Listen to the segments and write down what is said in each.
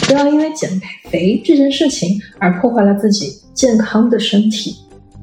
不要因为减肥这件事情而破坏了自己健康的身体。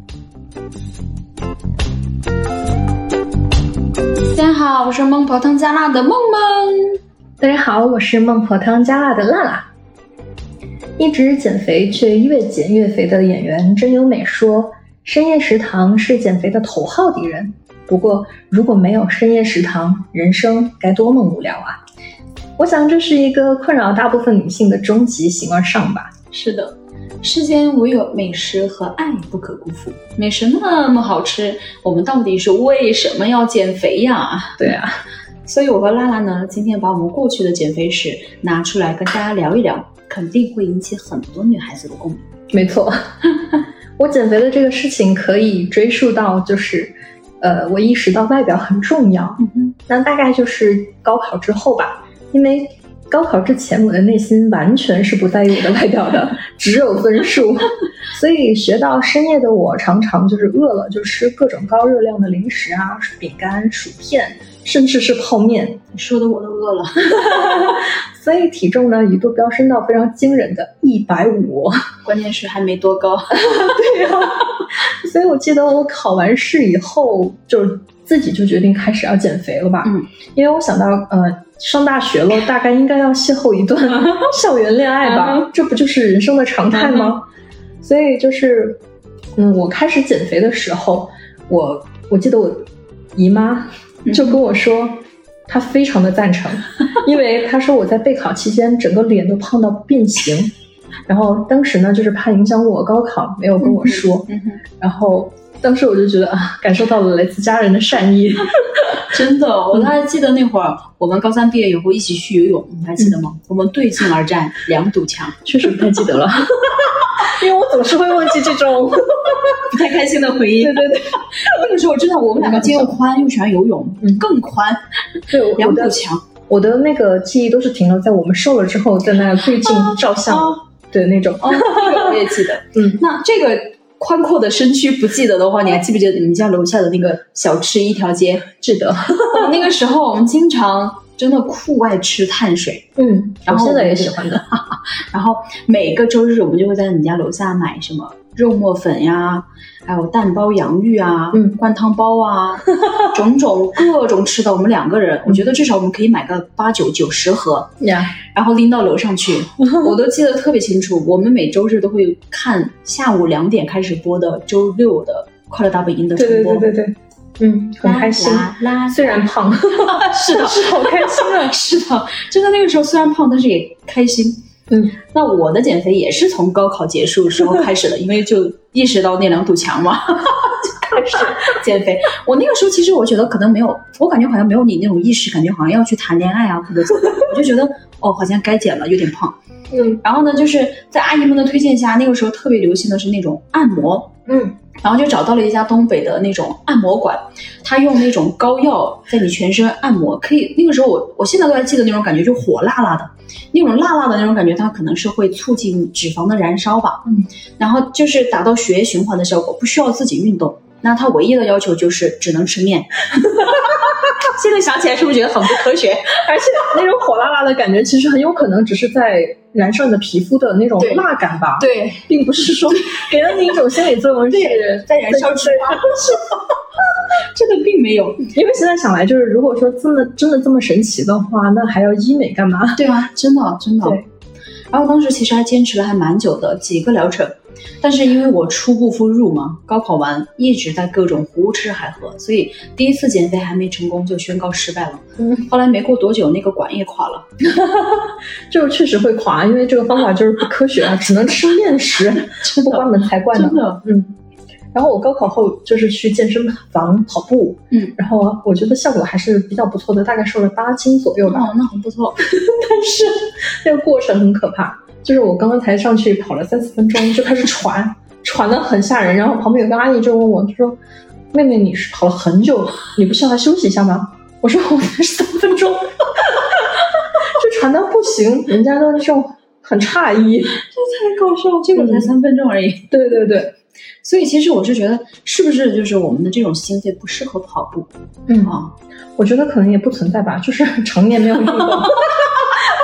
大家好，我是孟婆汤加辣的梦梦。 大家好，我是孟婆汤加辣的辣辣。一直减肥却越减越肥的演员真由美说，深夜食堂是减肥的头号敌人。不过如果没有深夜食堂，人生该多么无聊啊。我想这是一个困扰大部分女性的终极形而上吧。 是的，世间唯有美食和爱不可辜负。美食那么好吃，我们到底是为什么要减肥呀？ 对啊， 所以我和辣辣呢，今天把我们过去的减肥史拿出来跟大家聊一聊，肯定会引起很多女孩子的共鸣。 没错，我减肥的这个事情可以追溯到就是我意识到外表很重要，那大概就是高考之后吧。因为高考之前我的内心完全是不在意我的外表的，只有分数。所以学到深夜的我常常就是饿了就吃各种高热量的零食啊、饼干、薯片，甚至是泡面。 说的我都饿了。 所以体重呢一度飙升到非常惊人的150， 关键是还没多高。 对啊，所以我记得我考完试以后就自己就决定开始要减肥了吧。因为我想到上大学了，大概应该要邂逅一段校园恋爱吧，这不就是人生的常态吗？所以就是我开始减肥的时候，我记得我姨妈就跟我说她非常的赞成，因为她说我在备考期间整个脸都胖到变形，然后当时呢就是怕影响我高考，没有跟我说，然后当时我就觉得感受到了来自家人的善意。 真的，我还记得那会儿我们高三毕业以后一起去游泳，你还记得吗？我们对镜而战，两堵墙。 确实不太记得了。因为我总是会忘记这种不太开心的回忆。对对对，那个时候真的我们两个肩又宽又喜欢游泳，更宽。 对， 两堵墙。 我的那个记忆都是停留在我们瘦了之后在那对镜照相的那种。 这个我也记得。那这个宽阔的身躯不记得的话，你还记不记得你们家楼下的那个小吃一条街？ 记得。 那个时候我们经常真的酷爱吃碳水。 然后我现在也喜欢的。 然后每个周日我们就会在你家楼下买什么肉末粉呀，还有蛋包洋芋啊，灌汤包啊，种种各种吃的。我们两个人，我觉得至少我们可以买个8、9、10盒，然后拎到楼上去。我都记得特别清楚，我们每周日都会看下午2点开始播的周6的快乐大本营的重播。 对。很开心。虽然胖。 是的， 是好开心啊。 是的，真的那个时候虽然胖，但是也开心。那我的减肥也是从高考结束的时候开始的，因为就意识到那两堵墙嘛，就开始减肥。我那个时候其实我觉得可能没有，我感觉好像没有你那种意识，感觉好像要去谈恋爱啊或者怎么，我就觉得好像该减了，有点胖。然后呢，就是在阿姨们的推荐下，那个时候特别流行的是那种按摩。然后就找到了一家东北的那种按摩馆，他用那种膏药在你全身按摩，可以那个时候我现在都还记得那种感觉，就火辣辣的那种辣辣的那种感觉，它可能是会促进脂肪的燃烧吧。然后就是达到血液循环的效果，不需要自己运动。那它唯一的要求就是只能吃面。现在想起来是不是觉得很不科学？ 而且那种火辣辣的感觉其实很有可能只是在燃烧你的皮肤的那种辣感吧。 对， 并不是说给了你一种心理作用是在燃烧脂肪。这个并没有。 因为现在想来就是如果说真的这么神奇的话，那还要医美干嘛？ 对啊，真的。 对。 然后当时其实还坚持了还蛮久的，几个疗程。但是因为我初步复入嘛，高考完一直在各种胡吃海喝，所以第一次减肥还没成功就宣告失败了。后来没过多久那个馆也垮了。 就确实会垮，因为这个方法就是不科学啊，只能吃面食，不关门才怪呢。 真的。 然后我高考后就是去健身房跑步，然后我觉得效果还是比较不错的，大概瘦了8斤左右吧。 那很不错。 但是那个过程很可怕，就是我刚刚才上去跑了3-4分钟就开始喘得很吓人，然后旁边有个阿姨就问我，就说妹妹你是跑了很久，你不需要来休息一下吗？我说我才3分钟。就喘到不行，人家都这种很诧异，这太搞笑，结果才3分钟而已。 对对对。 所以其实我是觉得是不是就是我们的这种心肺不适合跑步。 我觉得可能也不存在吧，就是常年没有运动。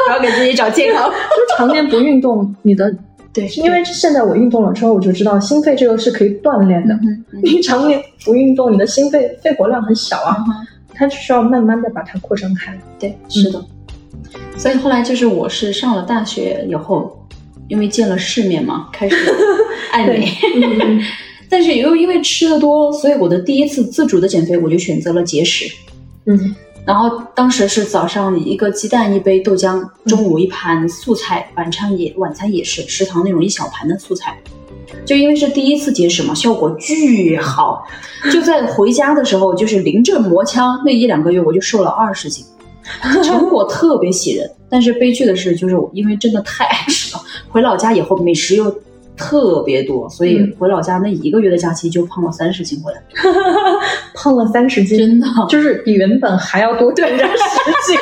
然后给自己找借口。 就常年不运动，你的对， 因为现在我运动了之后，我就知道心肺这个是可以锻炼的。你常年不运动，你的心肺肺活量很小啊，它需要慢慢的把它扩张开。 对，是的。所以后来就是我是上了大学以后，因为见了世面嘛，开始爱美。但是又因为吃的多，所以我的第一次自主的减肥，我就选择了节食。然后当时是早上一个鸡蛋，一杯豆浆，中午一盘素菜，晚餐也是食堂那种一小盘的素菜。就因为是第一次节食嘛，效果巨好。就在回家的时候，就是临阵磨枪，那1-2个月我就瘦了20斤，成果特别喜人。但是悲剧的是，就是因为真的太爱吃了，回老家以后美食又特别多，所以回老家那1个月的假期就胖了30斤回来。 胖了30斤， 真的就是比原本还要多增加10斤。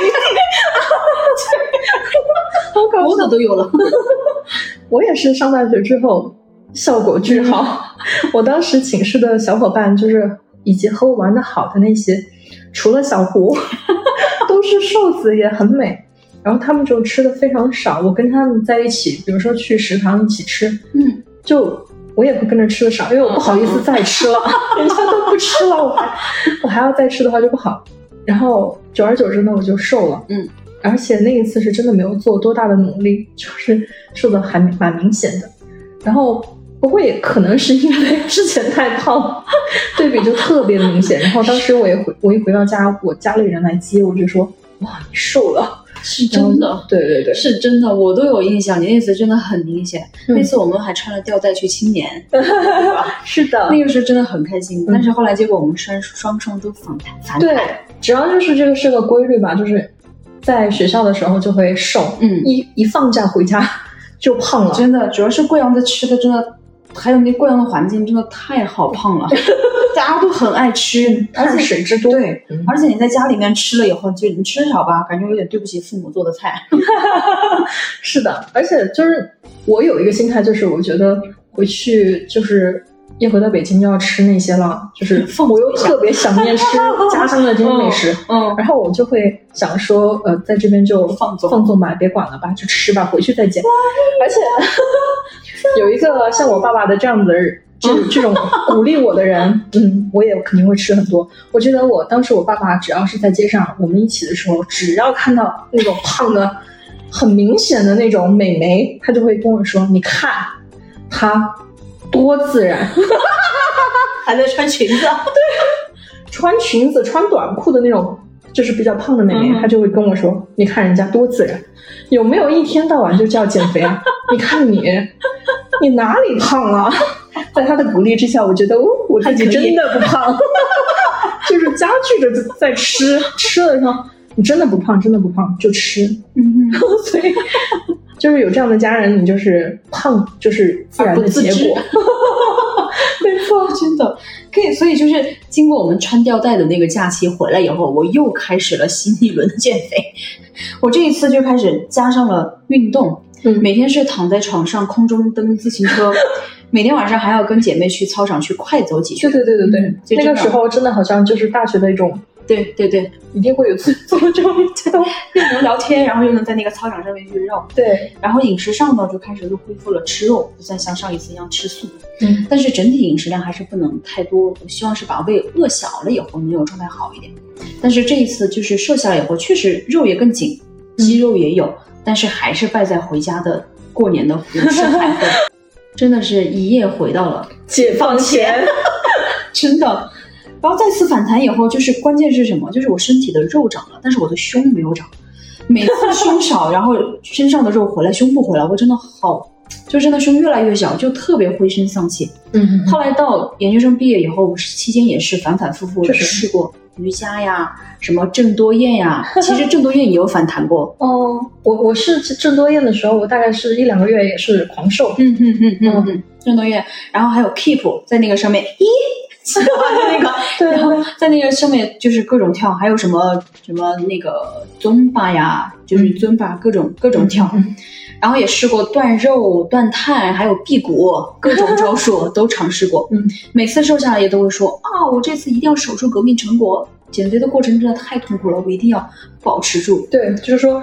好搞笑，脖子都有了。 我也是上大学之后效果巨好。我当时寝室的小伙伴就是以及和我玩的好的那些，除了小胡都是瘦子，也很美。然后他们就吃的非常少，我跟他们在一起，比如说去食堂一起吃，就我也会跟着吃的少，因为我不好意思再吃了，人家都不吃了，我还要再吃的话就不好。然后久而久之呢，我就瘦了，而且那一次是真的没有做多大的努力，就是瘦的还蛮明显的。然后不过也可能是因为之前太胖，对比就特别的明显。然后当时我一回到家，我家里人来接我，就说哇，你瘦了。 是真的， 对对对， 是真的，我都有印象，你那次真的很明显。那次我们还穿了吊带去青年，对吧？ 是的， 那个时候真的很开心。但是后来结果我们双双都反弹。 对，主要就是这个是个规律吧，就是在学校的时候就会瘦，一放假回家就胖了。 真的，主要是贵阳的吃的真的，还有那贵阳的环境真的太好胖了。大家都很爱吃， 碳水之多。 对，而且你在家里面吃了以后，就你吃少吧，感觉有点对不起父母做的菜。 是的，而且就是我有一个心态，就是我觉得回去就是一回到北京就要吃那些了，就是我又特别想念吃家乡的这些美食，然后我就会想说，在这边就放纵吧，别管了吧，就吃吧，回去再减。而且有一个像我爸爸的这样子的人。这种鼓励我的人，我也肯定会吃很多。我记得当时我爸爸只要是在街上我们一起的时候，只要看到那种胖的很明显的那种美眉，他就会跟我说，你看她多自然。 还在穿裙子。 对，穿裙子穿短裤的那种就是比较胖的美眉，他就会跟我说，你看人家多自然，有没有一天到晚就叫减肥啊？你看你哪里胖了？在他的鼓励之下，我觉得我自己真的不胖。就是加剧着在吃的时候，你真的不胖，真的不胖，就吃。所以就是有这样的家人，你就是胖就是自然的结果。 没错，真的可以。所以就是经过我们穿吊带的那个假期回来以后，我又开始了新一轮的减肥。我这一次就开始加上了运动，每天是躺在床上空中蹬自行车。每天晚上还要跟姐妹去操场去快走几圈。 对，那个时候真的好像就是大学的一种， 对， 一定会有做这种活动， 又能聊天，然后又能在那个操场上面去绕。 对， 然后饮食上呢就开始又恢复了吃肉，不再像上一次一样吃素。但是整体饮食量还是不能太多，我希望是把胃饿小了以后能有状态好一点。但是这一次就是瘦下来以后，确实肉也更紧，肌肉也有，但是还是败在回家的过年的胡吃海喝。真的是一夜回到了解放前。 真的。然后再次反弹以后，就是关键是什么？就是我身体的肉长了，但是我的胸没有长。每次胸少，然后身上的肉回来，胸部回来，我真的就真的胸越来越小，就特别灰身丧气。后来到研究生毕业以后，期间也是反反复复的试过瑜伽呀，什么郑多燕呀。其实郑多燕也有反弹过。 我是郑多燕的时候，我大概是1-2个月也是狂瘦。 郑多燕，然后还有 Keep 在那个上面，那个， 对， 然后在那个上面就是各种跳，还有什么那个尊巴呀，就是尊巴各种跳。然后也试过断肉、断碳，还有辟谷，各种招数都尝试过。每次瘦下来也都会说我这次一定要守住革命成果。减肥的过程真的太痛苦了，我一定要保持住。 对，就是说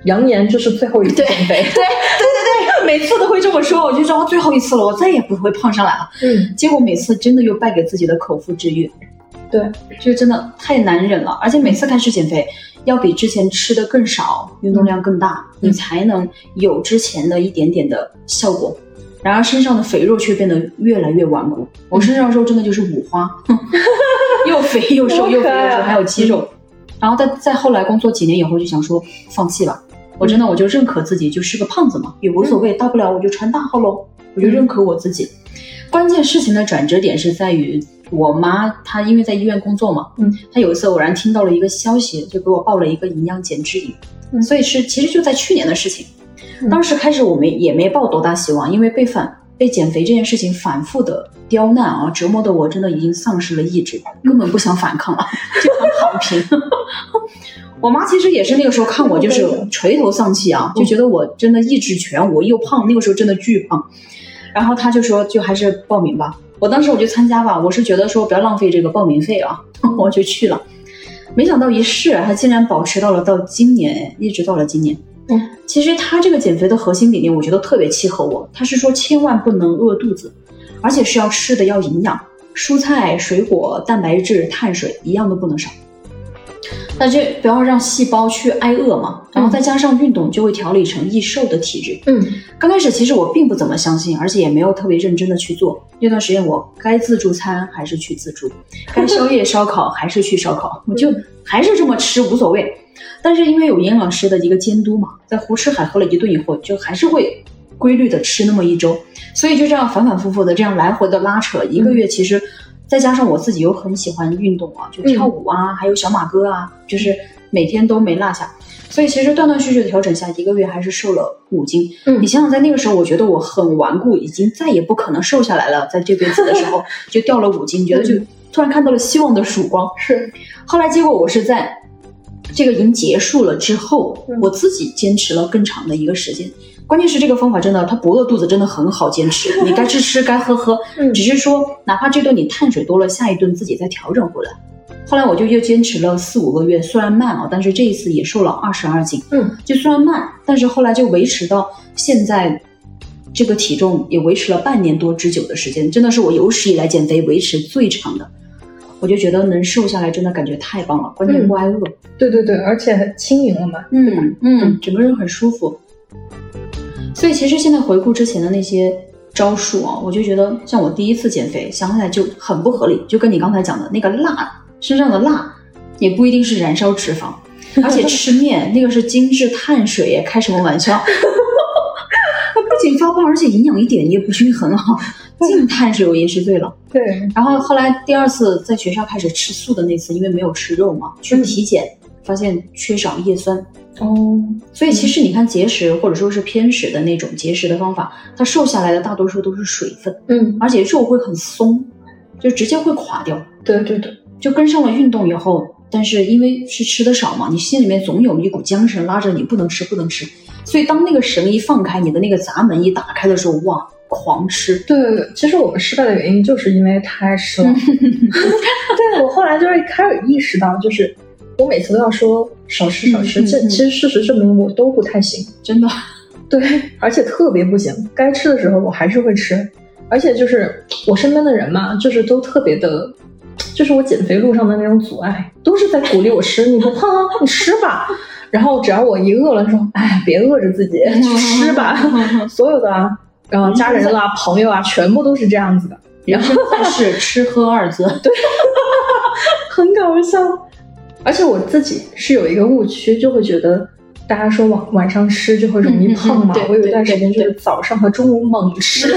扬言这是最后一次减肥。 对，每次都会这么说，我就说最后一次了，我再也不会胖上来了。结果每次真的又败给自己的口腹之欲。 对， 这真的太难忍了，而且每次开始减肥要比之前吃的更少，运动量更大，你才能有之前的一点点的效果。然而身上的肥肉却变得越来越顽固，我身上肉真的就是五花，又肥又瘦，又肥又瘦，还有肌肉。然后再后来工作几年以后就想说放弃吧，我就认可自己就是个胖子嘛，也无所谓，大不了我就穿大号咯，我就认可我自己。关键事情的转折点是在于我妈，她因为在医院工作嘛，她有一次偶然听到了一个消息，就给我报了一个营养减脂营，所以其实就在去年的事情。当时开始我们也没抱多大希望，因为被减肥这件事情反复的刁难啊，折磨的我真的已经丧失了意志，根本不想反抗了，就想躺平。我妈其实也是那个时候看我就是垂头丧气啊，就觉得我真的意志全无，又胖，那个时候真的巨胖。然后她就说就还是报名吧，我当时我就参加吧，我是觉得说不要浪费这个报名费啊，我就去了。没想到一试她竟然保持到今年，一直到了今年。其实他这个减肥的核心理念我觉得特别契合我，他是说千万不能饿肚子，而且是要吃的要营养，蔬菜水果蛋白质碳水一样都不能少，那这不要让细胞去挨饿嘛，然后再加上运动就会调理成易瘦的体质。刚开始其实我并不怎么相信，而且也没有特别认真的去做，那段时间我该自助餐还是去自助，该宵夜烧烤还是去烧烤，我就还是这么吃无所谓。但是因为有营养师的一个监督嘛，在胡吃海喝了一顿以后，就还是会规律的吃那么一周，所以就这样反反复复的这样来回的拉扯一个月。其实再加上我自己又很喜欢运动啊，就跳舞啊，还有小马哥啊，就是每天都没落下，所以其实断断续续的调整下，一个月还是瘦了5斤。你想想在那个时候我觉得我很顽固，已经再也不可能瘦下来了，在这辈子的时候就掉了5斤，觉得就突然看到了希望的曙光。 是， 后来结果我是在这个营结束了之后，我自己坚持了更长的一个时间。关键是这个方法真的，它不饿肚子真的很好坚持，你该吃该喝，只是说哪怕这顿你碳水多了，下一顿自己再调整回来。后来我就又坚持了4-5个月，虽然慢啊，但是这一次也瘦了22斤。就虽然慢，但是后来就维持到现在这个体重，也维持了半年多之久的时间，真的是我有史以来减肥维持最长的。我就觉得能瘦下来真的感觉太棒了，关键不挨饿。对， 而且很轻盈了嘛， 整个人很舒服。所以其实现在回顾之前的那些招数啊，我就觉得像我第一次减肥想起来就很不合理，就跟你刚才讲的那个辣，身上的辣也不一定是燃烧脂肪，而且吃面那个是精致碳水，开什么玩笑。它不仅发胖，而且营养一点也不均衡啊，净碳水我也是醉了。 对， 然后后来第2次在学校开始吃素的那次，因为没有吃肉嘛，去体检发现缺少叶酸。所以其实你看节食或者说是偏食的那种节食的方法，它瘦下来的大多数都是水分，而且肉会很松，就直接会垮掉。 对， 就跟上了运动以后，但是因为是吃的少嘛，你心里面总有一股缰绳拉着你不能吃，所以当那个绳一放开，你的那个闸门一打开的时候，哇，狂吃。 对，其实我们失败的原因就是因为太吃了。对，我后来就是开始意识到，就是我每次都要说少吃，其实事实证明我都不太行， 真的。 对，而且特别不行，该吃的时候我还是会吃，而且就是我身边的人嘛，就是都特别的，就是我减肥路上的那种阻碍，都是在鼓励我吃，你不胖啊，你吃吧。然后只要我一饿了，说哎，别饿着自己，去吃吧。所有的家人啦、朋友啊，全部都是这样子的。 然后是吃喝2字， 对，很搞笑。而且我自己是有一个误区，就会觉得大家说晚上吃就会容易胖嘛。我有一段时间就是早上和中午猛吃，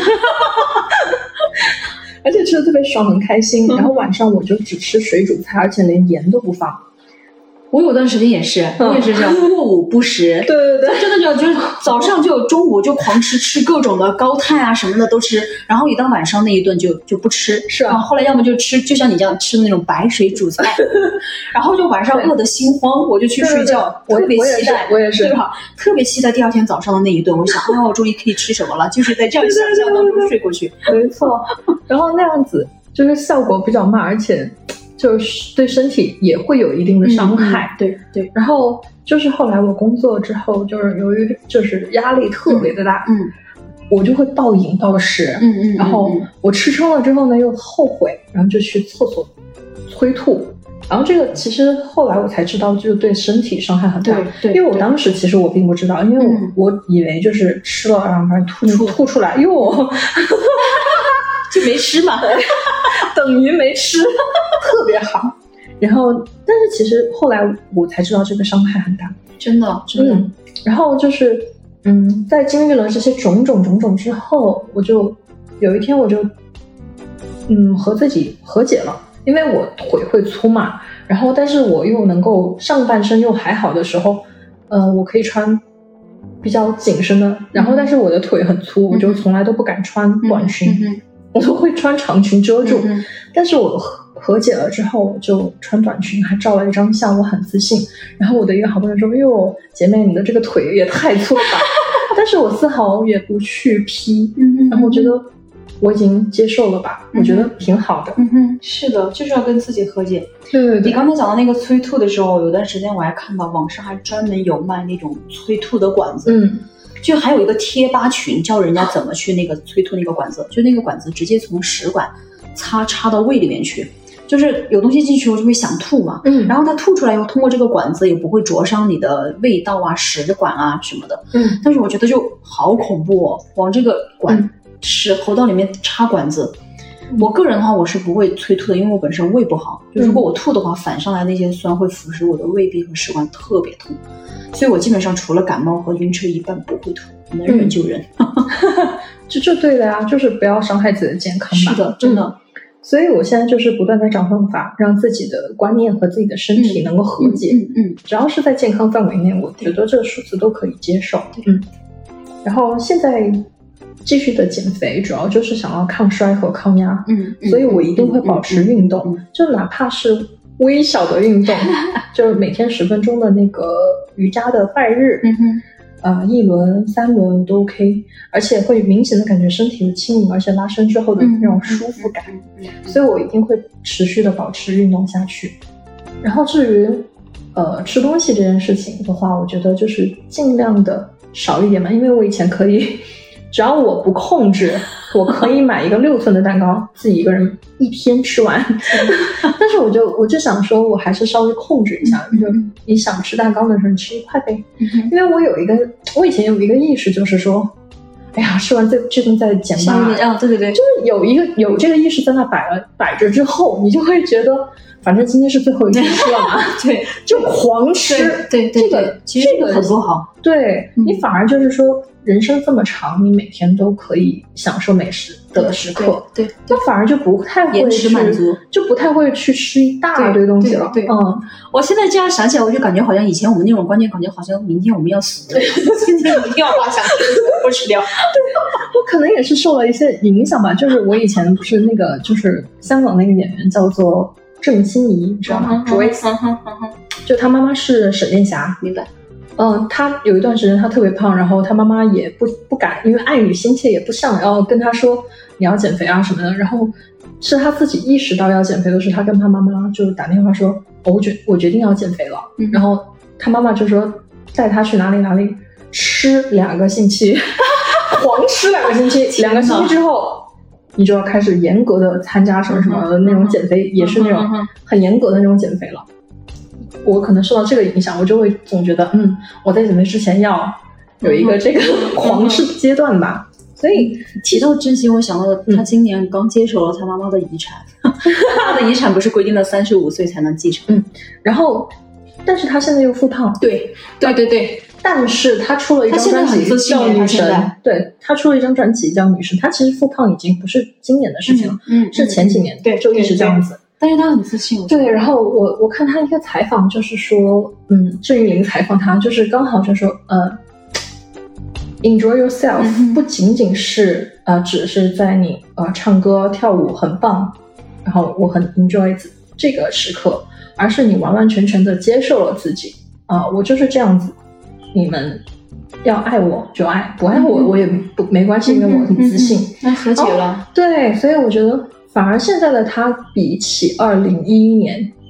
而且吃的特别爽，很开心。然后晚上我就只吃水煮菜，而且连盐都不放。 我有段时间也是，我也是这样，过午不食。 对， 真的就是早上就中午就狂吃各种的高碳啊什么的都吃，然后一到晚上那一顿就不吃。 是啊， 然后后来要么就吃，就像你这样吃的那种白水煮菜，然后就晚上饿得心慌，我就去睡觉，特别期待， 我也是， 对吧？特别期待第2天早上的那一顿，我想，我终于可以吃什么了，就是在这样想象当中睡过去。 没错，然后那样子就是效果比较慢，而且就是对身体也会有一定的伤害。 对， 然后就是后来我工作之后，就是由于就是压力特别的大，我就会暴饮暴食，然后我吃撑了之后呢又后悔，然后就去厕所催吐，然后这个其实后来我才知道，就对身体伤害很大。 对， 因为我当时其实我并不知道，因为我以为就是吃了然后把吐出来，哟， 就没吃嘛， 等于没吃，特别好。然后，但是其实后来我才知道这个伤害很大， 真的。 然后就是在经历了这些种种之后，我就有一天我就和自己和解了。因为我腿会粗嘛，然后但是我又能够上半身又还好的时候，我可以穿比较紧身的，然后但是我的腿很粗，我就从来都不敢穿短裙，我都会穿长裙遮住。但是我和解了之后，我就穿短裙，还照了一张相，我很自信。然后我的一个好朋友说：“哟，姐妹，你的这个腿也太粗了吧！”但是我丝毫也不去批，然后我觉得我已经接受了吧，我觉得挺好的。 是的，就是要跟自己和解。 对， 你刚才讲到那个催吐的时候，有段时间我还看到网上还专门有卖那种催吐的管子，就还有一个贴吧群教人家怎么去那个催吐那个管子，就那个管子直接从食管插到胃里面去，就是有东西进去我就会想吐嘛，然后它吐出来以后，通过这个管子也不会灼伤你的胃道啊、食管啊什么的，但是我觉得就好恐怖哦，往这个喉道里面插管子。我个人的话我是不会催吐的，因为我本身胃不好，就如果我吐的话，反上来那些酸会腐蚀我的胃壁和食管，特别痛，所以我基本上除了感冒和晕车一般不会吐，能忍就忍。 这对的呀，就是不要伤害自己的健康吧。 是的，真的。 所以我现在就是不断在找方法，让自己的观念和自己的身体能够和解。只要是在健康范围内，我觉得这个数字都可以接受。然后现在继续的减肥，主要就是想要抗衰和抗压。所以我一定会保持运动，就哪怕是微小的运动，就是每天10分钟的那个瑜伽的拜日。1轮3轮都 OK， 而且会明显的感觉身体的轻盈，而且拉伸之后的那种舒服感。所以我一定会持续的保持运动下去。然后至于吃东西这件事情的话，我觉得就是尽量的少一点嘛，因为我以前可以，只要我不控制，我可以买一个6寸的蛋糕，自己一个人一天吃完。但是我就想说，我还是稍微控制一下，就你想吃蛋糕的时候，你吃1块呗。因为我以前有一个意识，就是说，哎呀，吃完这顿再减吧。 对， 就是有这个意识在那摆着之后，你就会觉得，反正今天是最后一天吃了嘛， 对， 就狂吃。 对，其实这个很不好。对， 你反而就是说，人生这么长，你每天都可以享受美食的时刻， 对， 就反而就不太会延迟满足， 就不太会去吃一大堆东西了。 对，我现在这样想起来，我就感觉好像以前我们那种观念，感觉好像明天我们要死了，今天一定要把想吃不吃掉。 我可能也是受了一些影响吧，就是我以前不是那个，就是香港那个演员叫做郑欣宜，你知道吗？Joyce，就他妈妈是沈殿霞， 明白。 他有一段时间他特别胖，然后他妈妈也不敢，因为爱女心切，也不想要跟他说你要减肥啊什么的。然后是他自己意识到要减肥的时候，他跟他妈妈就打电话说，我决定要减肥了。然后他妈妈就说带他去哪里吃2个星期，狂吃2个星期，2个星期之后你就要开始严格的参加什么什么的那种减肥，也是那种很严格的那种减肥了。我可能受到这个影响，我就会总觉得我在减肥之前要有一个这个狂吃阶段吧。所以提到郑欣，我想到他今年刚接手了他妈妈的遗产。他的遗产不是规定了35岁才能继承， 然后但是他现在又复胖。 对， 但是他出了一张专辑叫女神，对，他出了一张专辑叫女神。他其实复胖已经不是今年的事情了，是前几年， 对， 就一直这样子。 但是他很自信。 对，然后我看他一个采访，就是说，郑裕玲采访他，就是刚好就说，enjoy yourself，不仅仅是只是在你唱歌跳舞很棒，然后我很 enjoy 这个时刻，而是你完完全全的接受了自己我就是这样子，你们要爱我就爱，不爱我也没关系，因为我很自信。 那和解了。 对，所以我觉得反而现在的他比起2011年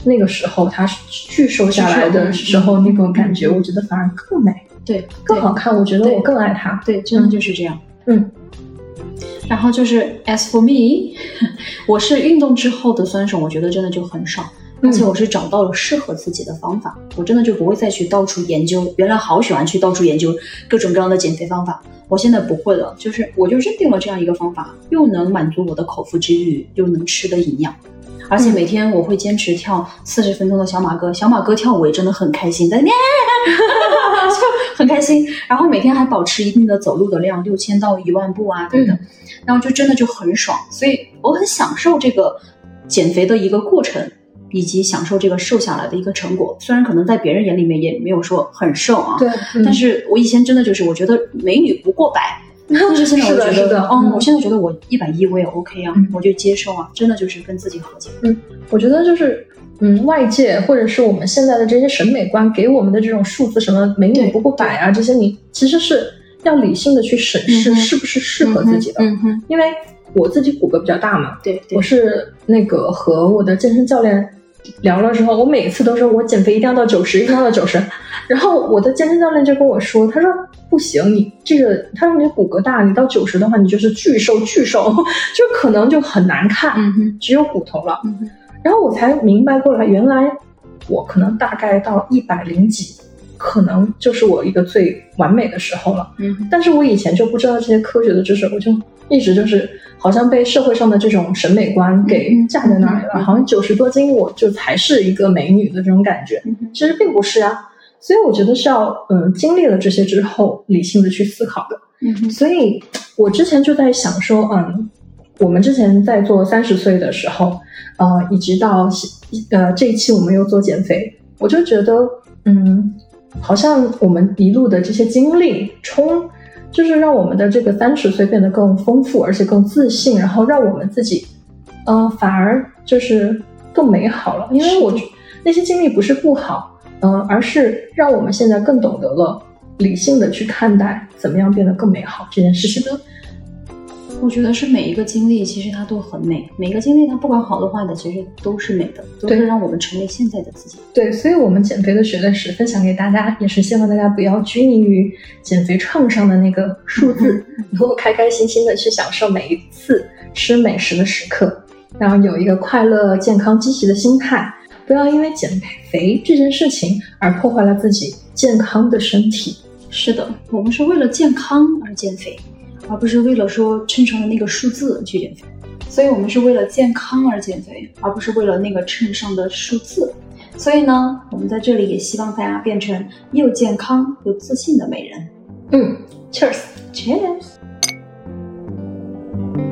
那个时候他巨瘦下来的时候那种感觉，我觉得反而更美， 对， 更好看，我觉得我更爱他。 对，真的就是这样。然后就是 as for me， 我是运动之后的酸爽，我觉得真的就很少。而且我是找到了适合自己的方法，我真的就不会再去到处研究，原来好喜欢去到处研究各种各样的减肥方法，我现在不会了，就是我就认定了这样一个方法，又能满足我的口腹之欲，又能吃的营养，而且每天我会坚持跳40分钟的小马哥，小马哥跳舞也真的很开心，在就很开心，然后每天还保持一定的走路的量，6000到10000步啊等等，然后就真的就很爽，所以我很享受这个减肥的一个过程，以及享受这个瘦下来的一个成果，虽然可能在别人眼里面也没有说很瘦啊， 对， 但是我以前真的就是我觉得美女不过百，但是现在我觉得，我现在觉得我110我也 OK 啊，我就接受啊，真的就是跟自己和解。 我觉得就是外界或者是我们现在的这些审美观给我们的这种数字，什么美女不过百啊，这些你其实是要理性的去审视是不是适合自己的，因为我自己骨骼比较大嘛， 对， 我是那个和我的健身教练聊了之后，我每次都说我减肥一定要到90，一定要到90。然后我的健身教练就跟我说，他说不行，你这个，他说你骨骼大，你到90的话，你就是巨瘦，就可能就很难看，只有骨头了。然后我才明白过来，原来我可能大概到100几，可能就是我一个最完美的时候了。但是我以前就不知道这些科学的知识，我就一直就是好像被社会上的这种审美观给架在那里了，好像90多斤我就才是一个美女的这种感觉，其实并不是啊。所以我觉得是要经历了这些之后理性的去思考的。所以我之前就在想说，我们之前在做30岁的时候，一直到这一期我们又做减肥，我就觉得好像我们一路的这些经历就是让我们的这个30岁变得更丰富，而且更自信，然后让我们自己反而就是更美好了。因为我那些经历不是不好，而是让我们现在更懂得了理性的去看待怎么样变得更美好这件事情。 我觉得是每一个经历其实它都很美，每一个经历它不管好的坏的其实都是美的，都是让我们成为现在的自己。 对，所以我们减肥的血泪史分享给大家，也是希望大家不要拘泥于减肥秤上的那个数字，能够开开心心的去享受每一次吃美食的时刻，然后有一个快乐健康积极的心态，不要因为减肥这件事情而破坏了自己健康的身体。 是的，我们是为了健康而减肥，而不是为了说称上的那个数字去减肥。所以我们是为了健康而减肥，而不是为了那个秤上的数字。所以呢，我们在这里也希望大家变成又健康又自信的美人。 Cheers。